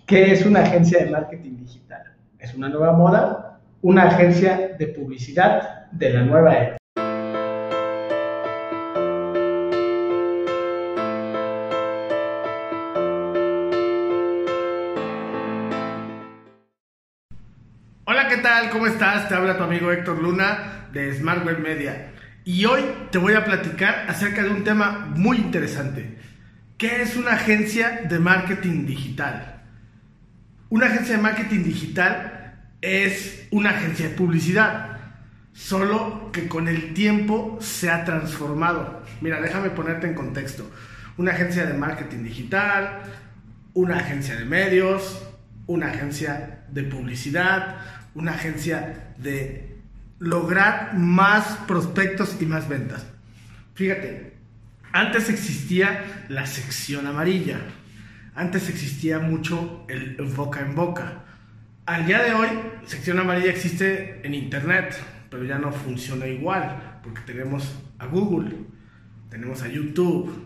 ¿Qué es una agencia de marketing digital? ¿Es una nueva moda? ¿Una agencia de publicidad de la nueva era? Hola, ¿qué tal? ¿Cómo estás? Te habla tu amigo Héctor Luna de Smart Web Media. Y hoy te voy a platicar acerca de un tema muy interesante. ¿Qué es una agencia de marketing digital? Una agencia de marketing digital es una agencia de publicidad, solo que con el tiempo se ha transformado. Mira, déjame ponerte en contexto. Una agencia de marketing digital, una agencia de medios, una agencia de publicidad, una agencia de lograr más prospectos y más ventas. Fíjate, antes existía la sección amarilla, antes existía mucho el boca en boca. Al día de hoy, sección amarilla existe en internet, pero ya no funciona igual, porque tenemos a Google, tenemos a YouTube.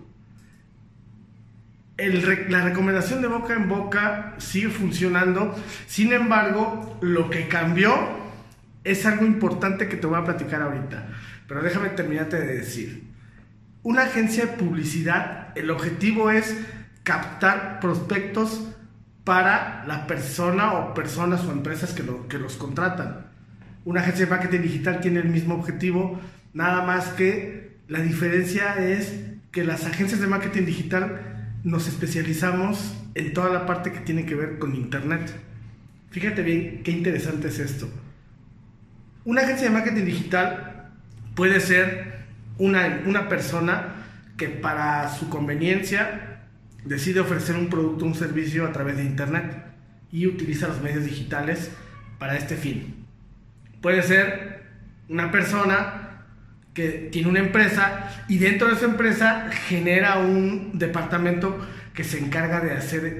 La recomendación de boca en boca sigue funcionando. Sin embargo, lo que cambió es algo importante que te voy a platicar ahorita, pero déjame terminarte de decir. Una agencia de publicidad, el objetivo es captar prospectos para la persona o personas o empresas que los contratan. Una agencia de marketing digital tiene el mismo objetivo, nada más que la diferencia es que las agencias de marketing digital nos especializamos en toda la parte que tiene que ver con internet. Fíjate bien qué interesante es esto. Una agencia de marketing digital puede ser una persona que para su conveniencia decide ofrecer un producto o un servicio a través de internet y utiliza los medios digitales para este fin. Puede ser una persona que tiene una empresa y dentro de su empresa genera un departamento que se encarga de hacer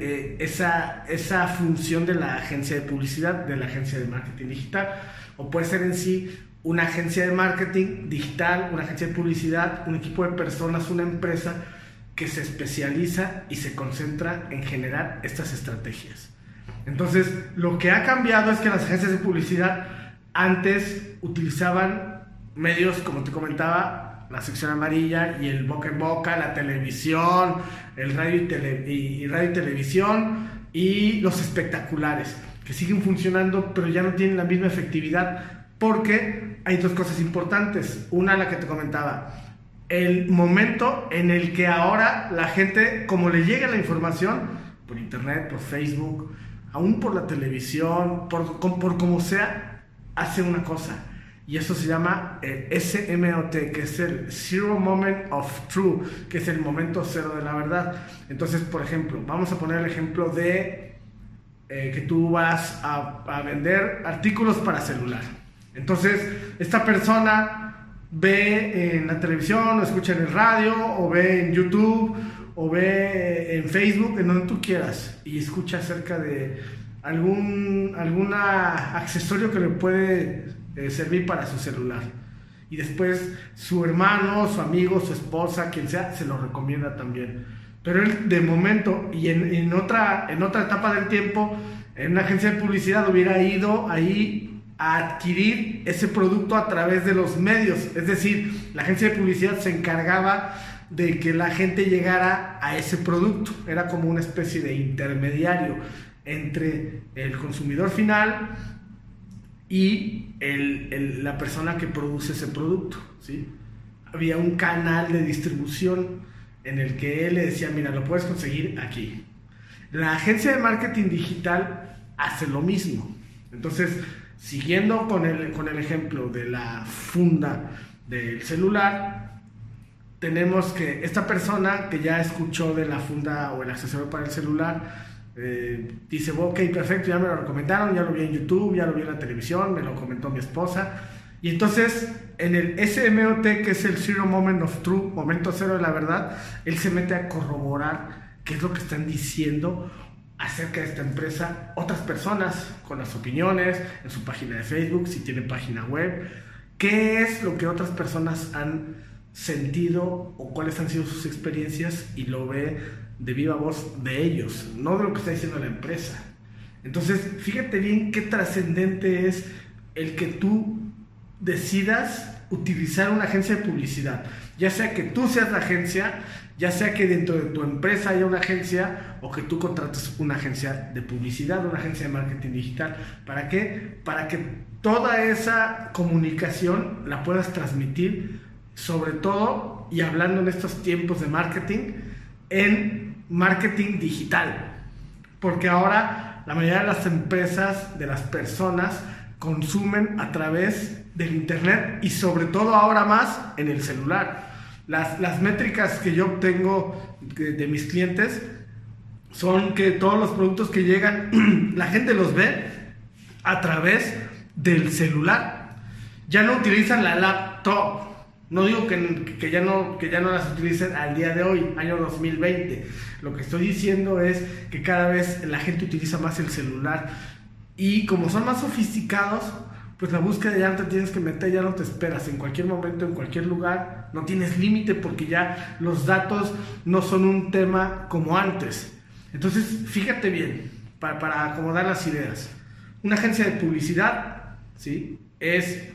esa función de la agencia de publicidad, de la agencia de marketing digital. O puede ser en sí una agencia de marketing digital, una agencia de publicidad, un equipo de personas, una empresa que se especializa y se concentra en generar estas estrategias. Entonces, lo que ha cambiado es que las agencias de publicidad antes utilizaban medios, como te comentaba, la sección amarilla y el boca en boca, la televisión, el radio y televisión y los espectaculares, que siguen funcionando, pero ya no tienen la misma efectividad, porque hay dos cosas importantes. Una, la que te comentaba, el momento en el que ahora la gente, como le llega la información, por internet, por Facebook, aún por la televisión, por como sea, hace una cosa. Y eso se llama SMOT, que es el Zero Moment of Truth, que es el momento cero de la verdad. Entonces, por ejemplo, vamos a poner el ejemplo de que tú vas a vender artículos para celular. Entonces, esta persona ve en la televisión, o escucha en el radio, o ve en YouTube, o ve en Facebook, en donde tú quieras, y escucha acerca de algún accesorio que le puede servir para su celular. Y después su hermano, su amigo, su esposa, quien sea, se lo recomienda también. Pero él, de momento, y en otra etapa del tiempo, en una agencia de publicidad hubiera ido ahí a adquirir ese producto a través de los medios. Es decir, la agencia de publicidad se encargaba de que la gente llegara a ese producto. Era como una especie de intermediario entre el consumidor final y la persona que produce ese producto, ¿sí? Había un canal de distribución en el que él le decía, mira, lo puedes conseguir aquí. La agencia de marketing digital hace lo mismo. Entonces, siguiendo con el ejemplo de la funda del celular, tenemos que esta persona que ya escuchó de la funda o el accesorio para el celular, dice, ok, perfecto, ya me lo recomendaron, ya lo vi en YouTube, ya lo vi en la televisión, me lo comentó mi esposa. Y entonces, en el SMOT, que es el Zero Moment of Truth, momento cero de la verdad, él se mete a corroborar qué es lo que están diciendo acerca de esta empresa otras personas, con las opiniones en su página de Facebook, si tiene página web, qué es lo que otras personas han sentido o cuáles han sido sus experiencias, y lo ve de viva voz de ellos, no de lo que está diciendo la empresa. Entonces, fíjate bien qué trascendente es el que tú decidas utilizar una agencia de publicidad, ya sea que tú seas la agencia, ya sea que dentro de tu empresa haya una agencia o que tú contrates una agencia de publicidad, una agencia de marketing digital. ¿Para qué? Para que toda esa comunicación la puedas transmitir, sobre todo, y hablando en estos tiempos de marketing, en marketing digital. Porque ahora la mayoría de las empresas, de las personas, consumen a través del internet y sobre todo ahora más en el celular. Las métricas que yo obtengo de mis clientes son que todos los productos que llegan, la gente los ve a través del celular. Ya no utilizan la laptop. No digo que ya no las utilicen al día de hoy, año 2020. Lo que estoy diciendo es que cada vez la gente utiliza más el celular. Y como son más sofisticados, pues la búsqueda ya no te tienes que meter, ya no te esperas. En cualquier momento, en cualquier lugar, no tienes límite porque ya los datos no son un tema como antes. Entonces, fíjate bien, para acomodar las ideas. Una agencia de publicidad, ¿sí?, es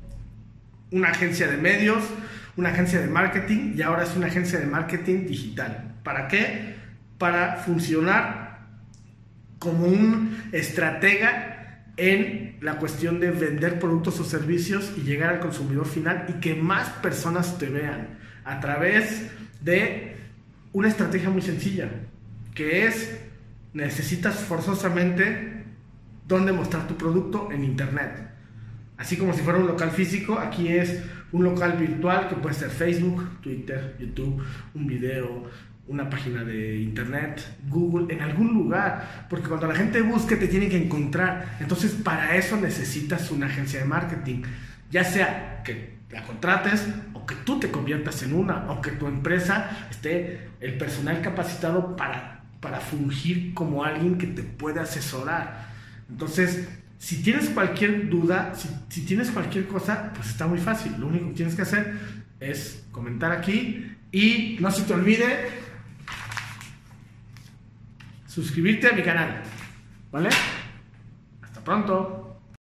una agencia de medios, una agencia de marketing y ahora es una agencia de marketing digital. ¿Para qué? Para funcionar como un estratega en la cuestión de vender productos o servicios y llegar al consumidor final y que más personas te vean a través de una estrategia muy sencilla, que es: necesitas forzosamente dónde mostrar tu producto en internet. Así como si fuera un local físico, aquí es un local virtual que puede ser Facebook, Twitter, YouTube, un video, una página de internet, Google, en algún lugar, porque cuando la gente busque te tiene que encontrar. Entonces, para eso necesitas una agencia de marketing, ya sea que la contrates o que tú te conviertas en una, o que tu empresa esté el personal capacitado para fungir como alguien que te puede asesorar. Entonces, si tienes cualquier duda, si tienes cualquier cosa, pues está muy fácil. Lo único que tienes que hacer es comentar aquí y no se te olvide suscribirte a mi canal, ¿vale? Hasta pronto.